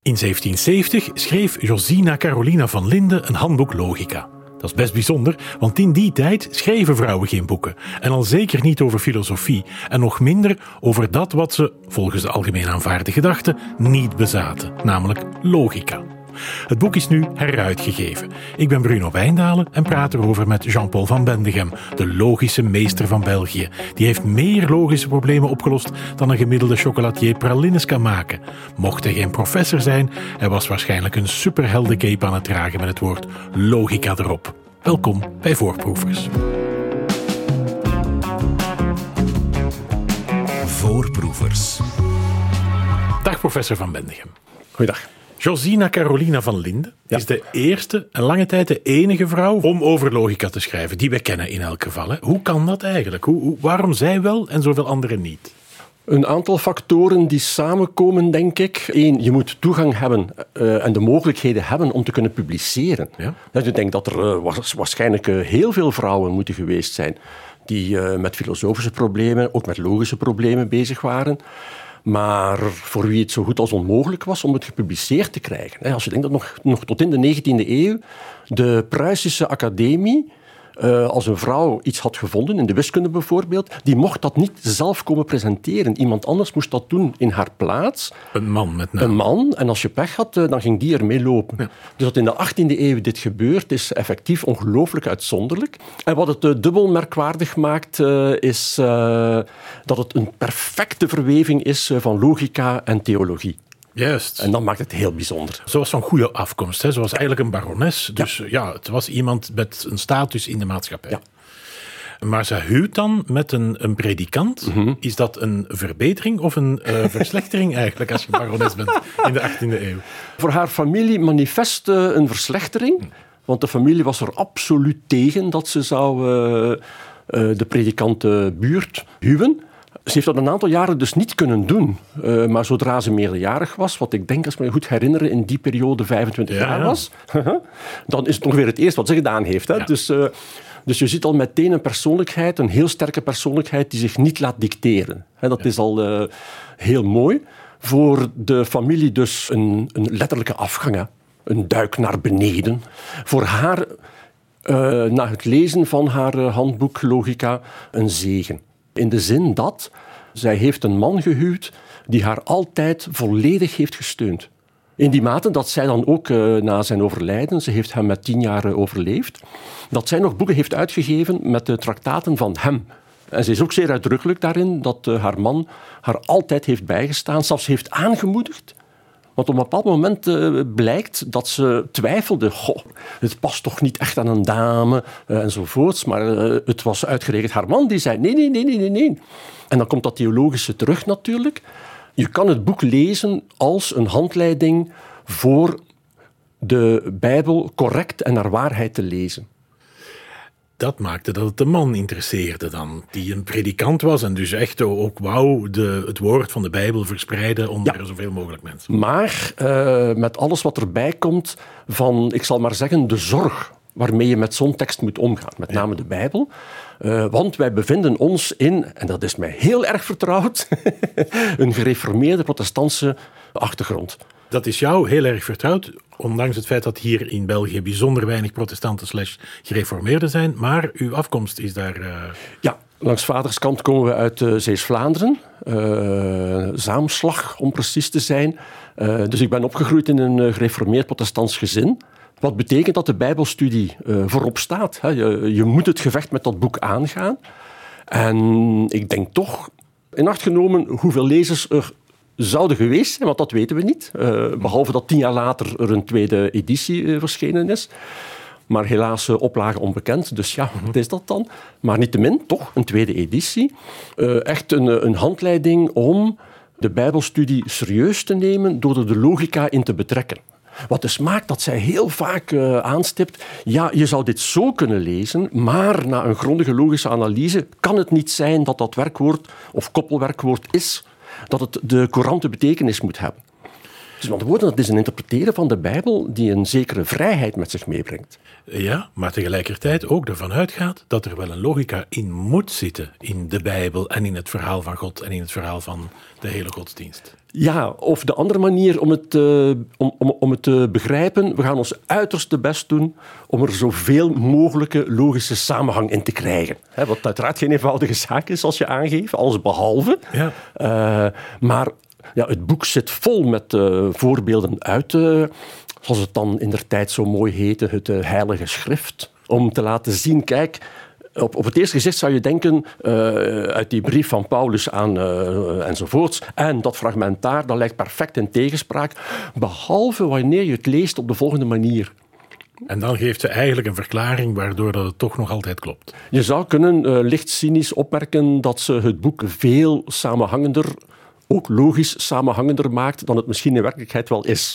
In 1770 schreef Josina Carolina van Linde een handboek Logica. Dat is best bijzonder, want in die tijd schreven vrouwen geen boeken. En al zeker niet over filosofie. En nog minder over dat wat ze, volgens de algemeen aanvaarde gedachte, niet bezaten. Namelijk logica. Het boek is nu heruitgegeven. Ik ben Bruno Wijndalen en praat erover met Jean-Paul van Bendegem, de logische meester van België. Die heeft meer logische problemen opgelost dan een gemiddelde chocolatier pralines kan maken. Mocht hij geen professor zijn, hij was waarschijnlijk een superheldencape aan het dragen met het woord logica erop. Welkom bij Voorproevers. Voorproevers. Dag professor van Bendegem. Goeiedag. Josina Carolina van Linde is de eerste en lange tijd de enige vrouw om over logica te schrijven, die we kennen in elk geval. Hè. Hoe kan dat eigenlijk? Waarom zij wel en zoveel anderen niet? Een aantal factoren die samenkomen, denk ik. Eén, je moet toegang hebben en de mogelijkheden hebben om te kunnen publiceren. Ja? Dus ik denk dat er waarschijnlijk heel veel vrouwen moeten geweest zijn die met filosofische problemen, ook met logische problemen bezig waren. Maar voor wie het zo goed als onmogelijk was om het gepubliceerd te krijgen. Als je denkt dat nog tot in de 19e eeuw de Pruisische Academie, als een vrouw iets had gevonden, in de wiskunde bijvoorbeeld, die mocht dat niet zelf komen presenteren. Iemand anders moest dat doen in haar plaats. Een man met name. Een man, en als je pech had, dan ging die ermee lopen. Ja. Dus dat in de 18e eeuw dit gebeurt, is effectief ongelooflijk uitzonderlijk. En wat het dubbel merkwaardig maakt, is dat het een perfecte verweving is van logica en theologie. Juist. En dat maakt het heel bijzonder. Ze was van goede afkomst. Hè. Ze was eigenlijk een barones. Dus ja, het was iemand met een status in de maatschappij. Ja. Maar ze huwt dan met een predikant. Mm-hmm. Is dat een verbetering of een verslechtering eigenlijk als je barones bent in de 18e eeuw? Voor haar familie manifest een verslechtering. Want de familie was er absoluut tegen dat ze zou de predikantenbuurt huwen. Ze heeft dat een aantal jaren dus niet kunnen doen. Maar zodra ze meerderjarig was, wat ik denk, als ik me goed herinner, in die periode 25 jaar was, dan is het ongeveer het eerste wat ze gedaan heeft. Hè? Ja. Dus je ziet al meteen een persoonlijkheid, een heel sterke persoonlijkheid die zich niet laat dicteren. Dat is al heel mooi. Voor de familie dus een letterlijke afgang, hè? Een duik naar beneden. Voor haar, na het lezen van haar handboek Logica, een zegen. In de zin dat zij heeft een man gehuwd die haar altijd volledig heeft gesteund. In die mate dat zij dan ook na zijn overlijden, ze heeft hem met 10 jaar overleefd, dat zij nog boeken heeft uitgegeven met de traktaten van hem. En ze is ook zeer uitdrukkelijk daarin dat haar man haar altijd heeft bijgestaan, zelfs heeft aangemoedigd. Want op een bepaald moment blijkt dat ze twijfelde. Het past toch niet echt aan een dame enzovoorts. Maar het was uitgerekend haar man die zei nee. En dan komt dat theologische terug natuurlijk. Je kan het boek lezen als een handleiding voor de Bijbel correct en naar waarheid te lezen. Dat maakte dat het de man interesseerde dan, die een predikant was en dus echt ook het woord van de Bijbel verspreiden onder zoveel mogelijk mensen. Maar met alles wat erbij komt van, ik zal maar zeggen, de zorg waarmee je met zo'n tekst moet omgaan, met name de Bijbel. Want wij bevinden ons in, en dat is mij heel erg vertrouwd, een gereformeerde protestantse achtergrond. Dat is jou heel erg vertrouwd, ondanks het feit dat hier in België bijzonder weinig protestanten / gereformeerden zijn, maar uw afkomst is daar... Ja, langs vaderskant komen we uit Zeeuws-Vlaanderen, Zaamslag om precies te zijn. Dus ik ben opgegroeid in een gereformeerd protestants gezin. Wat betekent dat de Bijbelstudie voorop staat. Hè? Je moet het gevecht met dat boek aangaan. En ik denk toch, in acht genomen hoeveel lezers er zouden geweest zijn, want dat weten we niet. Behalve dat 10 jaar later er een tweede editie verschenen is. Maar helaas oplage onbekend, dus ja, wat is dat dan? Maar niettemin, toch, een tweede editie. Echt een handleiding om de Bijbelstudie serieus te nemen door er de logica in te betrekken. Wat dus maakt dat zij heel vaak aanstipt, ja, je zou dit zo kunnen lezen, maar na een grondige logische analyse kan het niet zijn dat dat werkwoord of koppelwerkwoord is, dat het de courante betekenis moet hebben. Dus met andere woorden, dat is een interpreteren van de Bijbel die een zekere vrijheid met zich meebrengt. Ja, maar tegelijkertijd ook ervan uitgaat dat er wel een logica in moet zitten in de Bijbel en in het verhaal van God en in het verhaal van de hele godsdienst. Ja, of de andere manier om het te begrijpen, we gaan ons uiterste best doen om er zoveel mogelijke logische samenhang in te krijgen. Wat uiteraard geen eenvoudige zaak is als je aangeeft, alles behalve. Ja. Maar ja, het boek zit vol met voorbeelden uit, zoals het dan indertijd zo mooi heette, het Heilige Schrift. Om te laten zien, kijk, op het eerste gezicht zou je denken, uit die brief van Paulus aan enzovoorts, en dat fragment daar, dat lijkt perfect in tegenspraak, behalve wanneer je het leest op de volgende manier. En dan geeft ze eigenlijk een verklaring waardoor dat het toch nog altijd klopt. Je zou kunnen licht cynisch opmerken dat ze het boek veel samenhangender, ook logisch samenhangender maakt dan het misschien in werkelijkheid wel is.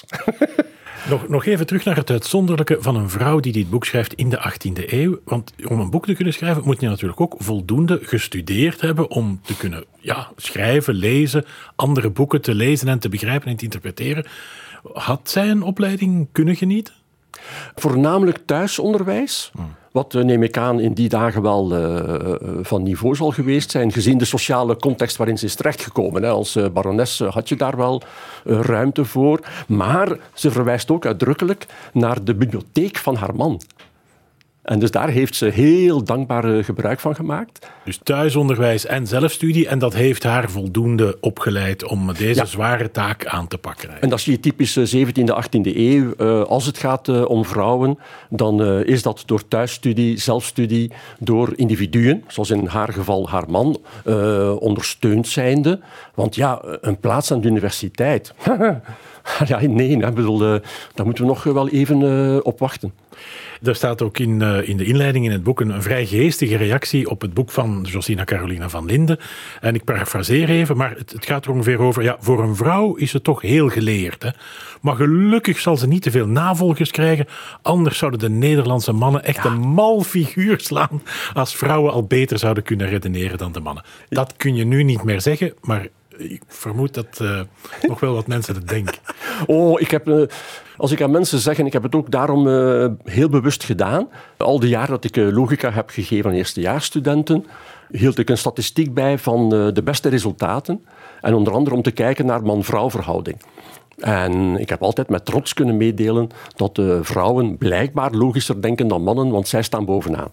Nog even terug naar het uitzonderlijke van een vrouw die dit boek schrijft in de 18e eeuw. Want om een boek te kunnen schrijven moet je natuurlijk ook voldoende gestudeerd hebben om te kunnen schrijven, lezen, andere boeken te lezen en te begrijpen en te interpreteren. Had zij een opleiding kunnen genieten? Voornamelijk thuisonderwijs. Wat, neem ik aan, in die dagen wel van niveau zal geweest zijn, gezien de sociale context waarin ze is terechtgekomen. Als barones had je daar wel ruimte voor. Maar ze verwijst ook uitdrukkelijk naar de bibliotheek van haar man. En dus daar heeft ze heel dankbaar gebruik van gemaakt. Dus thuisonderwijs en zelfstudie, en dat heeft haar voldoende opgeleid om deze zware taak aan te pakken. En dat zie je typisch 17e, 18e eeuw. Als het gaat om vrouwen, dan is dat door thuisstudie, zelfstudie, door individuen, zoals in haar geval haar man, ondersteund zijnde. Want ja, een plaats aan de universiteit. Ja, nee, ik bedoel, daar moeten we nog wel even op wachten. Er staat ook in de inleiding in het boek een vrij geestige reactie op het boek van Josina Carolina van Linde. En ik parafraseer even, maar het gaat er ongeveer over, ja, voor een vrouw is het toch heel geleerd. Hè? Maar gelukkig zal ze niet te veel navolgers krijgen, anders zouden de Nederlandse mannen echt een mal figuur slaan als vrouwen al beter zouden kunnen redeneren dan de mannen. Dat kun je nu niet meer zeggen, maar ik vermoed dat nog wel wat mensen dat denken. Als ik aan mensen zeg, en ik heb het ook daarom heel bewust gedaan, al die jaren dat ik logica heb gegeven aan eerstejaarsstudenten, hield ik een statistiek bij van de beste resultaten. En onder andere om te kijken naar man-vrouw verhouding. En ik heb altijd met trots kunnen meedelen dat vrouwen blijkbaar logischer denken dan mannen, want zij staan bovenaan.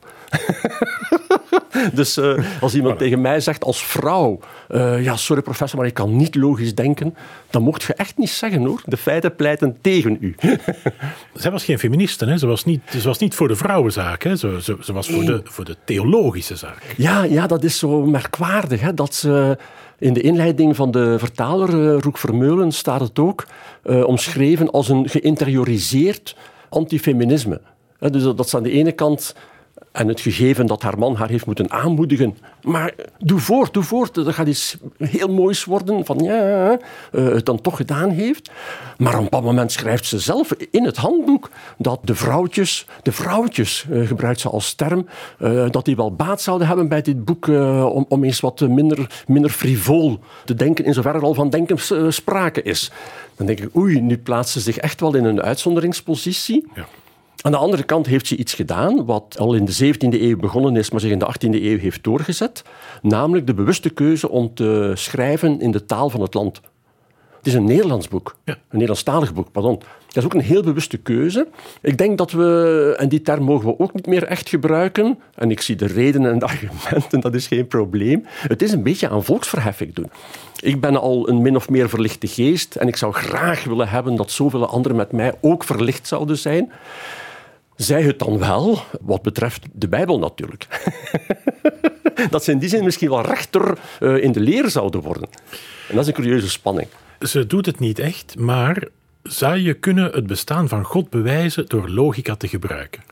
Dus als iemand tegen mij zegt als vrouw, sorry professor, maar ik kan niet logisch denken, dan mocht je echt niet zeggen hoor. De feiten pleiten tegen u. Zij was geen feministe, hè? Ze was niet voor de vrouwenzaak, hè? Ze was voor de theologische zaak. Ja, dat is zo merkwaardig, hè? Dat ze in de inleiding van de vertaler Roek Vermeulen staat het ook omschreven als een geïnterioriseerd antifeminisme. Dus dat ze aan de ene kant, en het gegeven dat haar man haar heeft moeten aanmoedigen, maar doe voort, dat gaat iets heel moois worden, van het dan toch gedaan heeft. Maar op een bepaald moment schrijft ze zelf in het handboek dat de vrouwtjes gebruikt ze als term, dat die wel baat zouden hebben bij dit boek om eens wat minder frivol te denken, in zoverre er al van denken sprake is. Dan denk ik, nu plaatst ze zich echt wel in een uitzonderingspositie. Ja. Aan de andere kant heeft ze iets gedaan wat al in de 17e eeuw begonnen is, maar zich in de 18e eeuw heeft doorgezet. Namelijk de bewuste keuze om te schrijven in de taal van het land. Het is een Nederlands boek. Ja. Een Nederlandstalig boek, pardon. Dat is ook een heel bewuste keuze. Ik denk dat we, en die term mogen we ook niet meer echt gebruiken, en ik zie de redenen en de argumenten, dat is geen probleem. Het is een beetje aan volksverheffing doen. Ik ben al een min of meer verlichte geest en ik zou graag willen hebben dat zoveel anderen met mij ook verlicht zouden zijn. Zij het dan wel, wat betreft de Bijbel natuurlijk. Dat ze in die zin misschien wel rechter in de leer zouden worden. En dat is een curieuze spanning. Ze doet het niet echt, maar zou je kunnen het bestaan van God bewijzen door logica te gebruiken?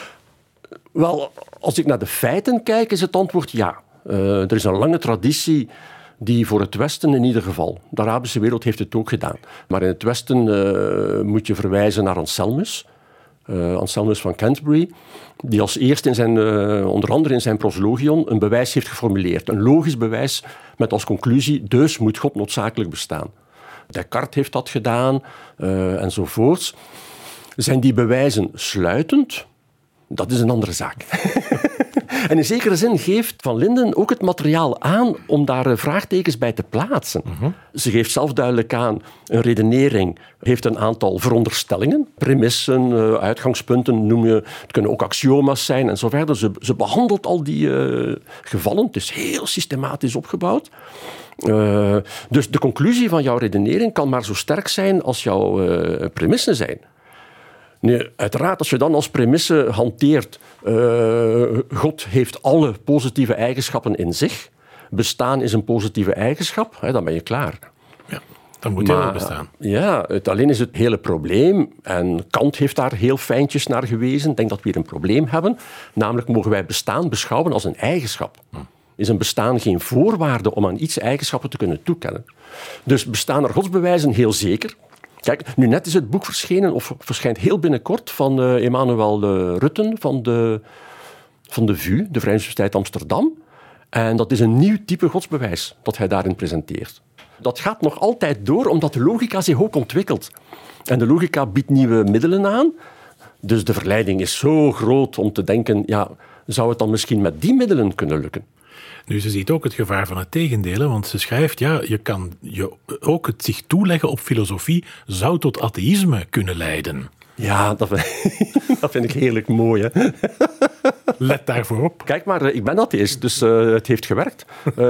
Wel, als ik naar de feiten kijk, is het antwoord ja. Er is een lange traditie die voor het Westen in ieder geval. De Arabische wereld heeft het ook gedaan. Maar in het Westen moet je verwijzen naar Anselmus. Anselmus van Canterbury, die als eerste onder andere in zijn proslogion een bewijs heeft geformuleerd. Een logisch bewijs met als conclusie, dus moet God noodzakelijk bestaan. Descartes heeft dat gedaan, enzovoorts. Zijn die bewijzen sluitend? Dat is een andere zaak. En in zekere zin geeft Van Linden ook het materiaal aan om daar vraagtekens bij te plaatsen. Ze geeft zelf duidelijk aan, een redenering heeft een aantal veronderstellingen, premissen, uitgangspunten, noem je, het kunnen ook axioma's zijn en zo verder. Ze behandelt al die gevallen, het is heel systematisch opgebouwd. Dus de conclusie van jouw redenering kan maar zo sterk zijn als jouw premissen zijn. Nu, uiteraard, als je dan als premisse hanteert, God heeft alle positieve eigenschappen in zich, bestaan is een positieve eigenschap, dan ben je klaar. Ja, dan moet hij wel bestaan. Ja, alleen is het hele probleem, en Kant heeft daar heel fijntjes naar gewezen, ik denk dat we hier een probleem hebben, namelijk mogen wij bestaan beschouwen als een eigenschap. Is een bestaan geen voorwaarde om aan iets eigenschappen te kunnen toekennen? Dus bestaan er godsbewijzen heel zeker. Kijk, nu net is het boek verschenen, of verschijnt heel binnenkort, van Emanuel Rutten van de VU, de Vrije Universiteit Amsterdam. En dat is een nieuw type godsbewijs dat hij daarin presenteert. Dat gaat nog altijd door, omdat de logica zich ook ontwikkelt. En de logica biedt nieuwe middelen aan. Dus de verleiding is zo groot om te denken, ja, zou het dan misschien met die middelen kunnen lukken? Nu, ze ziet ook het gevaar van het tegendeel, want ze schrijft, ja, je kan ook het zich toeleggen op filosofie zou tot atheïsme kunnen leiden. Ja, dat vind ik heerlijk mooi, hè? Let daarvoor op. Kijk maar, ik ben atheïst, dus het heeft gewerkt.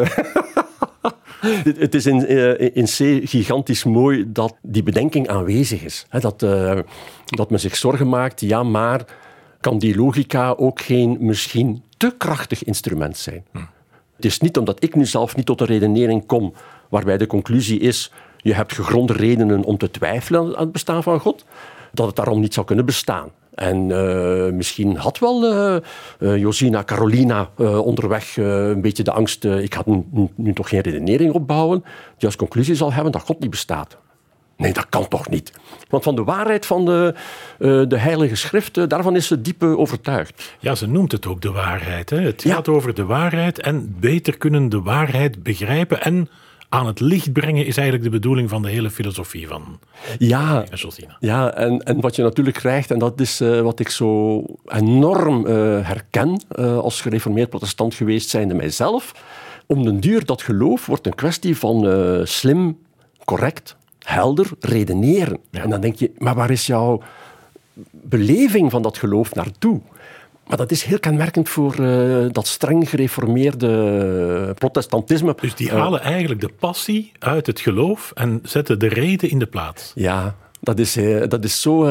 Het is in C gigantisch mooi dat die bedenking aanwezig is. Dat men zich zorgen maakt, ja, maar kan die logica ook geen misschien te krachtig instrument zijn? Het is niet omdat ik nu zelf niet tot een redenering kom waarbij de conclusie is, je hebt gegronde redenen om te twijfelen aan het bestaan van God, dat het daarom niet zou kunnen bestaan. En misschien had wel Josina Carolina onderweg een beetje de angst, ik ga nu toch geen redenering opbouwen, die als conclusie zal hebben dat God niet bestaat. Nee, dat kan toch niet. Want van de waarheid van de Heilige Schrift, daarvan is ze diep overtuigd. Ja, ze noemt het ook de waarheid. Hè? Het gaat over de waarheid en beter kunnen de waarheid begrijpen en aan het licht brengen is eigenlijk de bedoeling van de hele filosofie van Josina. Ja, en wat je natuurlijk krijgt, en dat is wat ik zo enorm herken als gereformeerd protestant geweest zijnde mijzelf, om den duur dat geloof wordt een kwestie van slim, correct, helder redeneren. Ja. En dan denk je, maar waar is jouw beleving van dat geloof naartoe? Maar dat is heel kenmerkend voor dat streng gereformeerde protestantisme. Dus die halen eigenlijk de passie uit het geloof en zetten de reden in de plaats. Ja, dat is zo...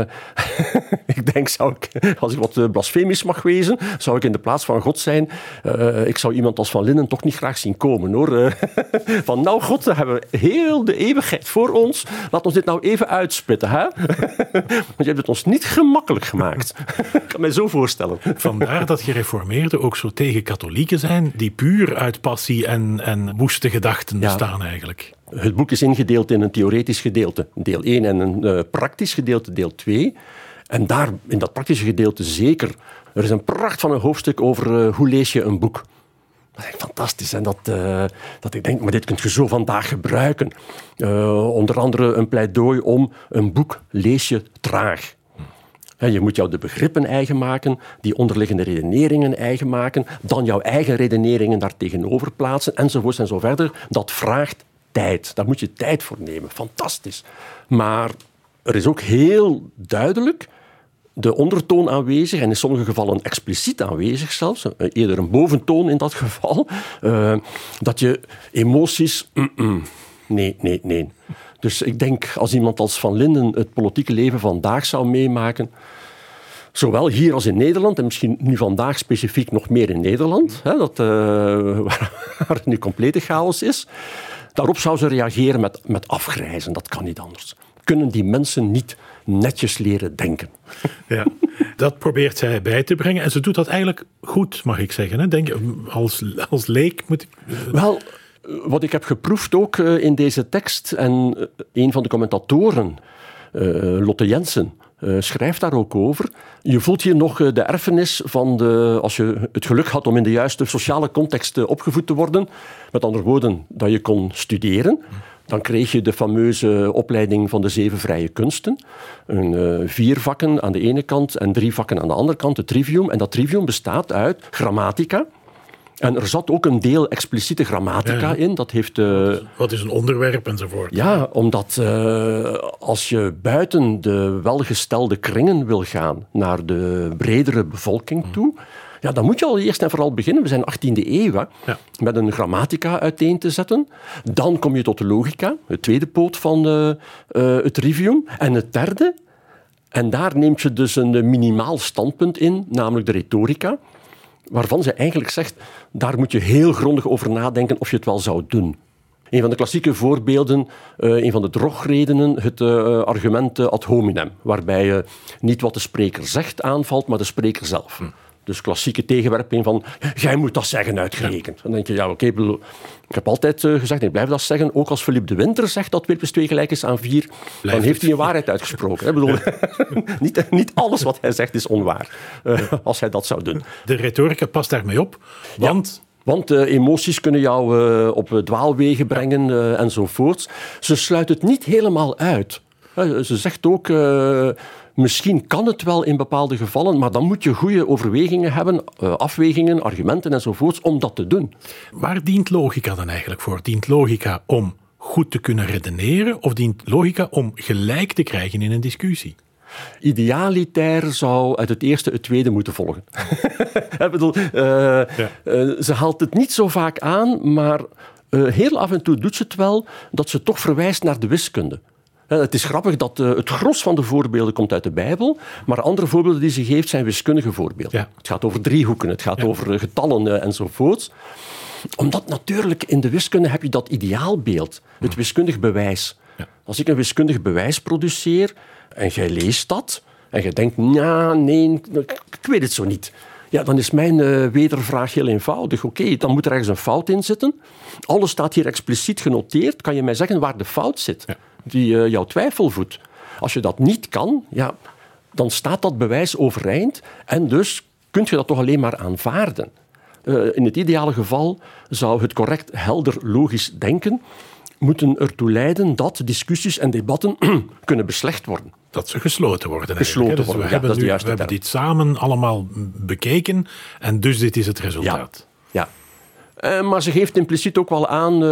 ik denk, als ik wat blasfemisch mag wezen, zou ik in de plaats van God zijn. Ik zou iemand als Van Linden toch niet graag zien komen, hoor. Van, nou God, we hebben heel de eeuwigheid voor ons. Laat ons dit nou even uitspitten, hè? Want je hebt het ons niet gemakkelijk gemaakt. Ik kan mij zo voorstellen. Vandaar dat gereformeerden ook zo tegen katholieken zijn, die puur uit passie en woeste gedachten bestaan eigenlijk. Het boek is ingedeeld in een theoretisch gedeelte, deel 1, en een praktisch gedeelte, deel 2. En daar, in dat praktische gedeelte zeker, er is een pracht van een hoofdstuk over hoe lees je een boek. Dat is fantastisch. En dat ik denk, maar dit kun je zo vandaag gebruiken. Onder andere een pleidooi om een boek lees je traag. Je moet jou de begrippen eigen maken, die onderliggende redeneringen eigen maken, dan jouw eigen redeneringen daar tegenover plaatsen, enzovoorts en zo verder. Dat vraagt tijd. Daar moet je tijd voor nemen. Fantastisch. Maar er is ook heel duidelijk de ondertoon aanwezig, en in sommige gevallen expliciet aanwezig zelfs, eerder een boventoon in dat geval, dat je emoties... Nee. Dus ik denk, als iemand als Van Linden het politieke leven vandaag zou meemaken, zowel hier als in Nederland, en misschien nu vandaag specifiek nog meer in Nederland, waar het nu complete chaos is, daarop zou ze reageren met afgrijzen. Dat kan niet anders. Kunnen die mensen niet netjes leren denken? Ja, dat probeert zij bij te brengen. En ze doet dat eigenlijk goed, mag ik zeggen. Hè? Denk, als leek moet ik... Wel, wat ik heb geproefd ook in deze tekst, en een van de commentatoren, Lotte Jensen, schrijft daar ook over. Je voelt hier nog de erfenis van als je het geluk had om in de juiste sociale context opgevoed te worden. Met andere woorden, dat je kon studeren. Dan kreeg je de fameuze opleiding van de 7 vrije kunsten. 4 vakken aan de ene kant en 3 vakken aan de andere kant, het trivium. En dat trivium bestaat uit grammatica. En er zat ook een deel expliciete grammatica in. Dat heeft, wat is een onderwerp enzovoort? Ja, omdat als je buiten de welgestelde kringen wil gaan naar de bredere bevolking toe, ja, dan moet je al eerst en vooral beginnen. We zijn 18e eeuw, hè, met een grammatica uiteen te zetten. Dan kom je tot de logica, het tweede poot van het trivium. En het derde, en daar neemt je dus een minimaal standpunt in, namelijk de retorica, waarvan ze eigenlijk zegt, daar moet je heel grondig over nadenken of je het wel zou doen. Een van de klassieke voorbeelden, een van de drogredenen, het argument ad hominem, waarbij je niet wat de spreker zegt aanvalt, maar de spreker zelf. Dus klassieke tegenwerping van, jij moet dat zeggen uitgerekend. Dan denk je, ja oké, ik heb altijd gezegd, ik blijf dat zeggen, ook als Philippe de Winter zegt dat 2 + 2 gelijk is aan 4, dan heeft hij een waarheid uitgesproken. Ik bedoel, niet alles wat hij zegt is onwaar, als hij dat zou doen. De retorica past daarmee op, want... Ja. Want emoties kunnen jou op dwaalwegen brengen enzovoorts. Ze sluit het niet helemaal uit. Ze zegt ook, misschien kan het wel in bepaalde gevallen, maar dan moet je goede overwegingen hebben, afwegingen, argumenten enzovoorts, om dat te doen. Waar dient logica dan eigenlijk voor? Dient logica om goed te kunnen redeneren of dient logica om gelijk te krijgen in een discussie? Idealitair zou uit het eerste het tweede moeten volgen. Ik bedoel, ze haalt het niet zo vaak aan, maar heel af en toe doet ze het wel dat ze toch verwijst naar de wiskunde. Het is grappig dat het gros van de voorbeelden komt uit de Bijbel, maar andere voorbeelden die ze geeft zijn wiskundige voorbeelden. Ja. Het gaat over driehoeken, het gaat over getallen enzovoorts. Omdat natuurlijk in de wiskunde heb je dat ideaalbeeld, het wiskundig bewijs. Ja. Als ik een wiskundig bewijs produceer en jij leest dat en je denkt, nee, ik weet het zo niet. Ja, dan is mijn wedervraag heel eenvoudig. Oké, dan moet er ergens een fout in zitten. Alles staat hier expliciet genoteerd. Kan je mij zeggen waar de fout zit die jouw twijfel voedt? Als je dat niet kan, ja, dan staat dat bewijs overeind en dus kun je dat toch alleen maar aanvaarden. In het ideale geval zou het correct, helder, logisch denken moeten ertoe leiden dat discussies en debatten kunnen beslecht worden. Dat ze gesloten worden. Dus we hebben dit samen allemaal bekeken en dus dit is het resultaat. Ja. Maar ze geeft impliciet ook wel aan...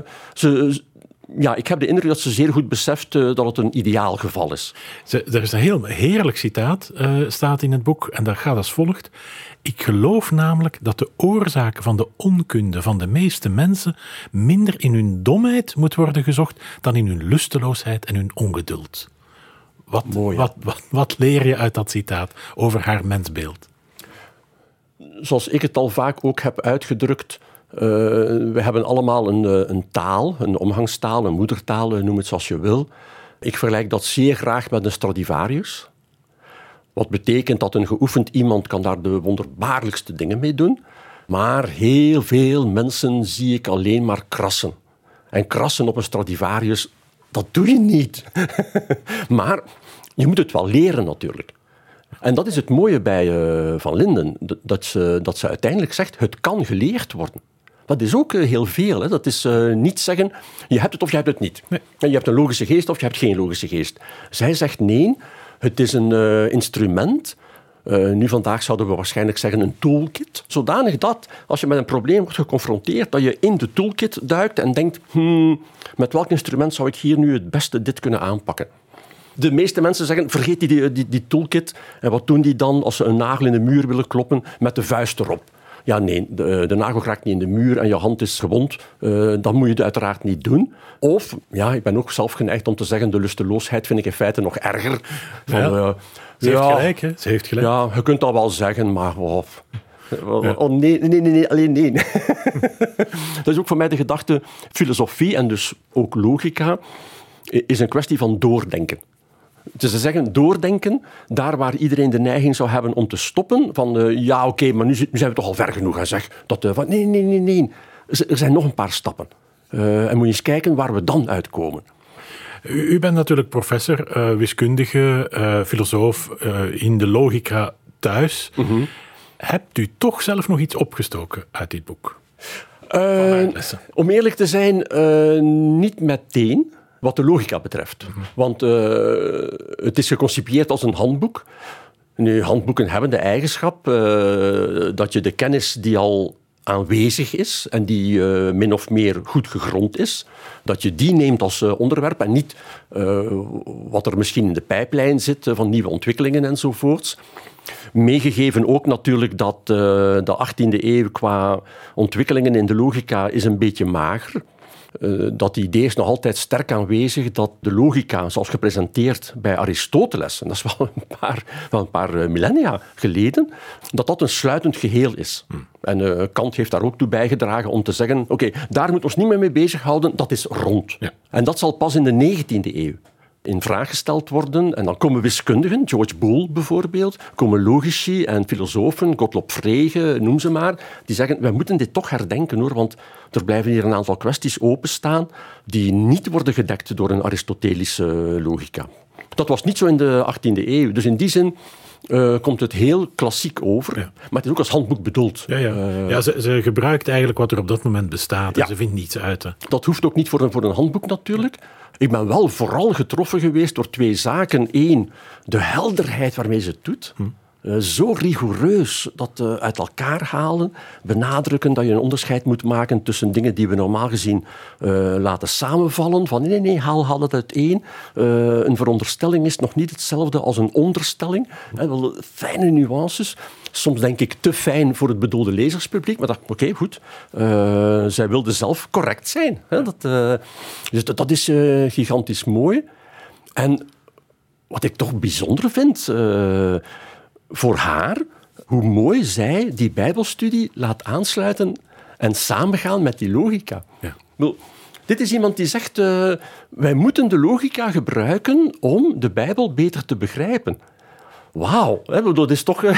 ik heb de indruk dat ze zeer goed beseft dat het een ideaal geval is. Er is een heel heerlijk citaat staat in het boek en dat gaat als volgt. Ik geloof namelijk dat de oorzaken van de onkunde van de meeste mensen minder in hun domheid moet worden gezocht dan in hun lusteloosheid en hun ongeduld. Wat leer je uit dat citaat over haar mensbeeld? Zoals ik het al vaak ook heb uitgedrukt, we hebben allemaal een taal, een omgangstaal, een moedertaal, noem het zoals je wil. Ik vergelijk dat zeer graag met een Stradivarius. Wat betekent dat een geoefend iemand kan daar de wonderbaarlijkste dingen mee doen. Maar heel veel mensen zie ik alleen maar krassen. En krassen op een Stradivarius, dat doe je niet. Maar je moet het wel leren natuurlijk. En dat is het mooie bij Van Linden. Dat ze uiteindelijk zegt, het kan geleerd worden. Dat is ook heel veel. Hè. Dat is niet zeggen, je hebt het of je hebt het niet. Nee. En je hebt een logische geest of je hebt geen logische geest. Zij zegt nee, het is een instrument. Nu vandaag zouden we waarschijnlijk zeggen een toolkit. Zodanig dat, als je met een probleem wordt geconfronteerd, dat je in de toolkit duikt en denkt, met welk instrument zou ik hier nu het beste dit kunnen aanpakken? De meeste mensen zeggen, vergeet die toolkit. En wat doen die dan als ze een nagel in de muur willen kloppen met de vuist erop? Ja, nee, de nagel raakt niet in de muur en je hand is gewond. Dan moet je het uiteraard niet doen. Of, ja, ik ben ook zelf geneigd om te zeggen, de lusteloosheid vind ik in feite nog erger. Ze heeft gelijk, hè? Ze heeft gelijk. Ja, je kunt dat wel zeggen, maar... nee, alleen nee. Dat is ook voor mij de gedachte, filosofie en dus ook logica is een kwestie van doordenken. Dus ze zeggen doordenken, daar waar iedereen de neiging zou hebben om te stoppen, van maar nu zijn we toch al ver genoeg. En zeg, nee. Er zijn nog een paar stappen. En moet je eens kijken waar we dan uitkomen. U bent natuurlijk professor, wiskundige, filosoof in de logica thuis. Mm-hmm. Hebt u toch zelf nog iets opgestoken uit dit boek? Om eerlijk te zijn, niet meteen wat de logica betreft. Want het is geconcipieerd als een handboek. Nu, handboeken hebben de eigenschap dat je de kennis die al aanwezig is en die min of meer goed gegrond is, dat je die neemt als onderwerp en niet wat er misschien in de pijplijn zit van nieuwe ontwikkelingen enzovoorts. Meegegeven ook natuurlijk dat de 18e eeuw qua ontwikkelingen in de logica is een beetje mager. Dat idee is nog altijd sterk aanwezig dat de logica, zoals gepresenteerd bij Aristoteles, en dat is wel een paar millennia geleden, dat dat een sluitend geheel is. En Kant heeft daar ook toe bijgedragen om te zeggen, oké, daar moeten we ons niet meer mee bezighouden, dat is rond. Ja. En dat zal pas in de 19e eeuw in vraag gesteld worden. En dan komen wiskundigen, George Boole bijvoorbeeld, komen logici en filosofen, Gottlob Frege, noem ze maar, die zeggen, wij moeten dit toch herdenken hoor, want er blijven hier een aantal kwesties openstaan die niet worden gedekt door een Aristotelische logica. Dat was niet zo in de 18e eeuw. Dus in die zin komt het heel klassiek over. Ja. Maar het is ook als handboek bedoeld. Ze gebruikt eigenlijk wat er op dat moment bestaat. En ze vindt niets uit. Hè. Dat hoeft ook niet voor een handboek natuurlijk. Ik ben wel vooral getroffen geweest door twee zaken. Eén, de helderheid waarmee ze het doet. Zo rigoureus dat uit elkaar halen. Benadrukken dat je een onderscheid moet maken tussen dingen die we normaal gezien laten samenvallen. Van nee, haal het uiteen. Een veronderstelling is nog niet hetzelfde als een onderstelling. Wel fijne nuances. Soms denk ik te fijn voor het bedoelde lezerspubliek. Maar oké, goed. Zij wilde zelf correct zijn. Dus dat is gigantisch mooi. En wat ik toch bijzonder vind voor haar, hoe mooi zij die Bijbelstudie laat aansluiten en samengaan met die logica. Ja. Dit is iemand die zegt, wij moeten de logica gebruiken om de Bijbel beter te begrijpen. Wauw, dat is toch...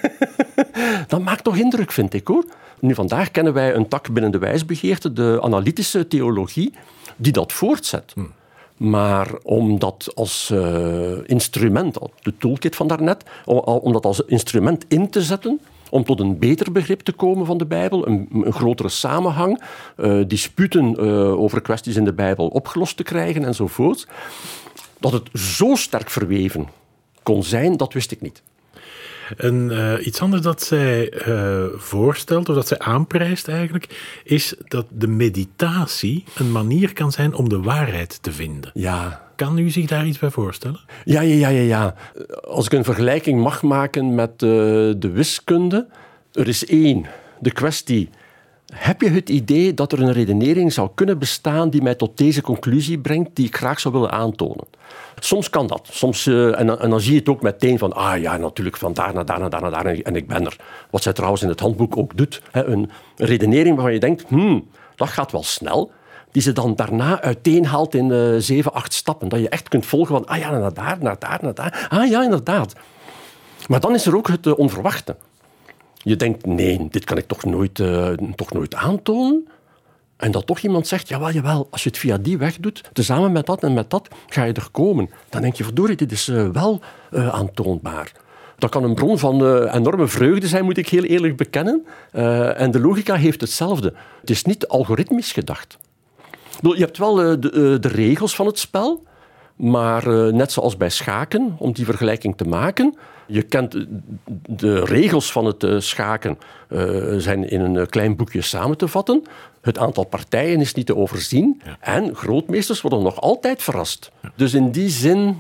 dat maakt toch indruk, vind ik, hoor. Nu, vandaag kennen wij een tak binnen de wijsbegeerte, de analytische theologie, die dat voortzet. Maar om dat als instrument, de toolkit van daarnet, om dat als instrument in te zetten, om tot een beter begrip te komen van de Bijbel, een grotere samenhang, disputen over kwesties in de Bijbel opgelost te krijgen enzovoort, dat het zo sterk verweven kon zijn, dat wist ik niet. En iets anders dat zij voorstelt, of dat zij aanprijst eigenlijk, is dat de meditatie een manier kan zijn om de waarheid te vinden. Ja. Kan u zich daar iets bij voorstellen? Ja. Als ik een vergelijking mag maken met de wiskunde, er is één, de kwestie, heb je het idee dat er een redenering zou kunnen bestaan die mij tot deze conclusie brengt, die ik graag zou willen aantonen? Soms kan dat. Soms, en dan zie je het ook meteen van, natuurlijk, van daar naar daar en ik ben er. Wat zij trouwens in het handboek ook doet. Een redenering waarvan je denkt, dat gaat wel snel. Die ze dan daarna uiteenhaalt in 7, 8 stappen. Dat je echt kunt volgen van, naar daar. Ja, inderdaad. Maar dan is er ook het onverwachte. Je denkt, nee, dit kan ik toch nooit aantonen. En dat toch iemand zegt, jawel, als je het via die weg doet, tezamen met dat en met dat, ga je er komen. Dan denk je, verdorie, dit is wel aantoonbaar. Dat kan een bron van enorme vreugde zijn, moet ik heel eerlijk bekennen. En de logica heeft hetzelfde. Het is niet algoritmisch gedacht. Je hebt wel de regels van het spel, maar net zoals bij schaken, om die vergelijking te maken, je kent de regels van het schaken zijn in een klein boekje samen te vatten. Het aantal partijen is niet te overzien. Ja. En grootmeesters worden nog altijd verrast. Ja. Dus in die zin,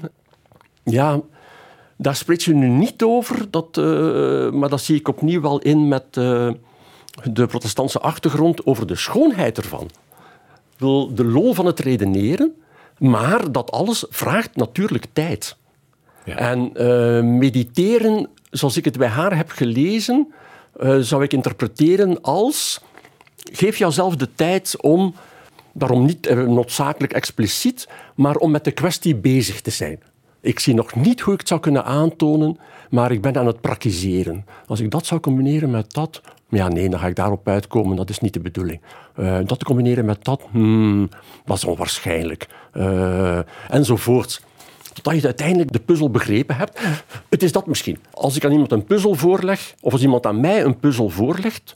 daar spreekt je nu niet over. Maar dat zie ik opnieuw wel in met de protestantse achtergrond over de schoonheid ervan. De lol van het redeneren, maar dat alles vraagt natuurlijk tijd. Ja. En mediteren, zoals ik het bij haar heb gelezen, zou ik interpreteren als, geef jouzelf de tijd om, daarom niet noodzakelijk expliciet, maar om met de kwestie bezig te zijn. Ik zie nog niet hoe ik het zou kunnen aantonen, maar ik ben aan het praktiseren. Als ik dat zou combineren met dat, dan ga ik daarop uitkomen, dat is niet de bedoeling. Dat te combineren met dat, dat is onwaarschijnlijk. Enzovoort. Totdat je uiteindelijk de puzzel begrepen hebt. Het is dat misschien. Als ik aan iemand een puzzel voorleg, of als iemand aan mij een puzzel voorlegt,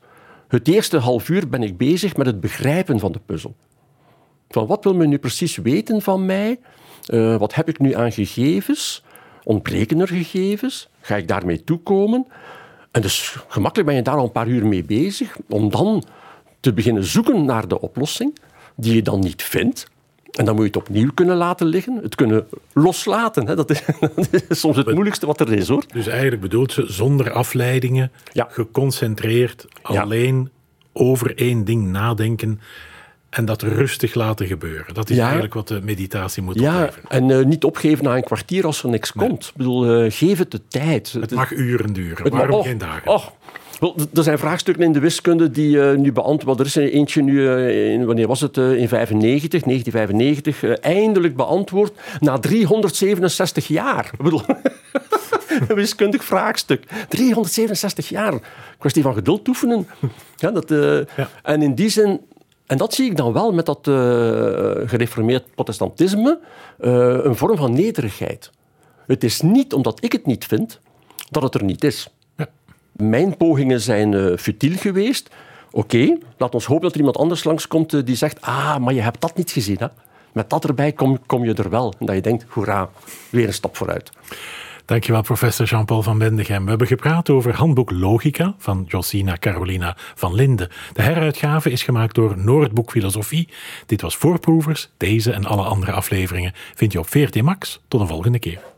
Het eerste half uur ben ik bezig met het begrijpen van de puzzel. Van wat wil men nu precies weten van mij? Wat heb ik nu aan gegevens? Ontbreken er gegevens? Ga ik daarmee toekomen? En dus gemakkelijk ben je daar al een paar uur mee bezig, om dan te beginnen zoeken naar de oplossing, die je dan niet vindt. En dan moet je het opnieuw kunnen laten liggen, het kunnen loslaten. Hè. Dat is soms het moeilijkste wat er is, hoor. Dus eigenlijk bedoelt ze zonder afleidingen, geconcentreerd, alleen over één ding nadenken en dat rustig laten gebeuren. Dat is eigenlijk wat de meditatie moet opleveren. En niet opgeven na een kwartier als er niks komt. Ik bedoel, geef het de tijd. Het mag uren duren, waarom geen dagen? Wel, er zijn vraagstukken in de wiskunde die nu beantwoord. Er is eentje nu, wanneer was het? In 1995, eindelijk beantwoord na 367 jaar. Ik bedoel, een wiskundig vraagstuk. 367 jaar. Kwestie van geduld oefenen. En in die zin, en dat zie ik dan wel met dat gereformeerd protestantisme, een vorm van nederigheid. Het is niet omdat ik het niet vind, dat het er niet is. Mijn pogingen zijn futiel geweest. Oké, laat ons hopen dat er iemand anders langskomt die zegt, maar je hebt dat niet gezien. Hè? Met dat erbij kom je er wel. En dat je denkt, hoera, weer een stap vooruit. Dankjewel, professor Jean-Paul van Bendegem. We hebben gepraat over Handboek Logica van Josina Carolina van Linde. De heruitgave is gemaakt door Noordboek Filosofie. Dit was Voorproevers. Deze en alle andere afleveringen vind je op VRT Max. Tot een volgende keer.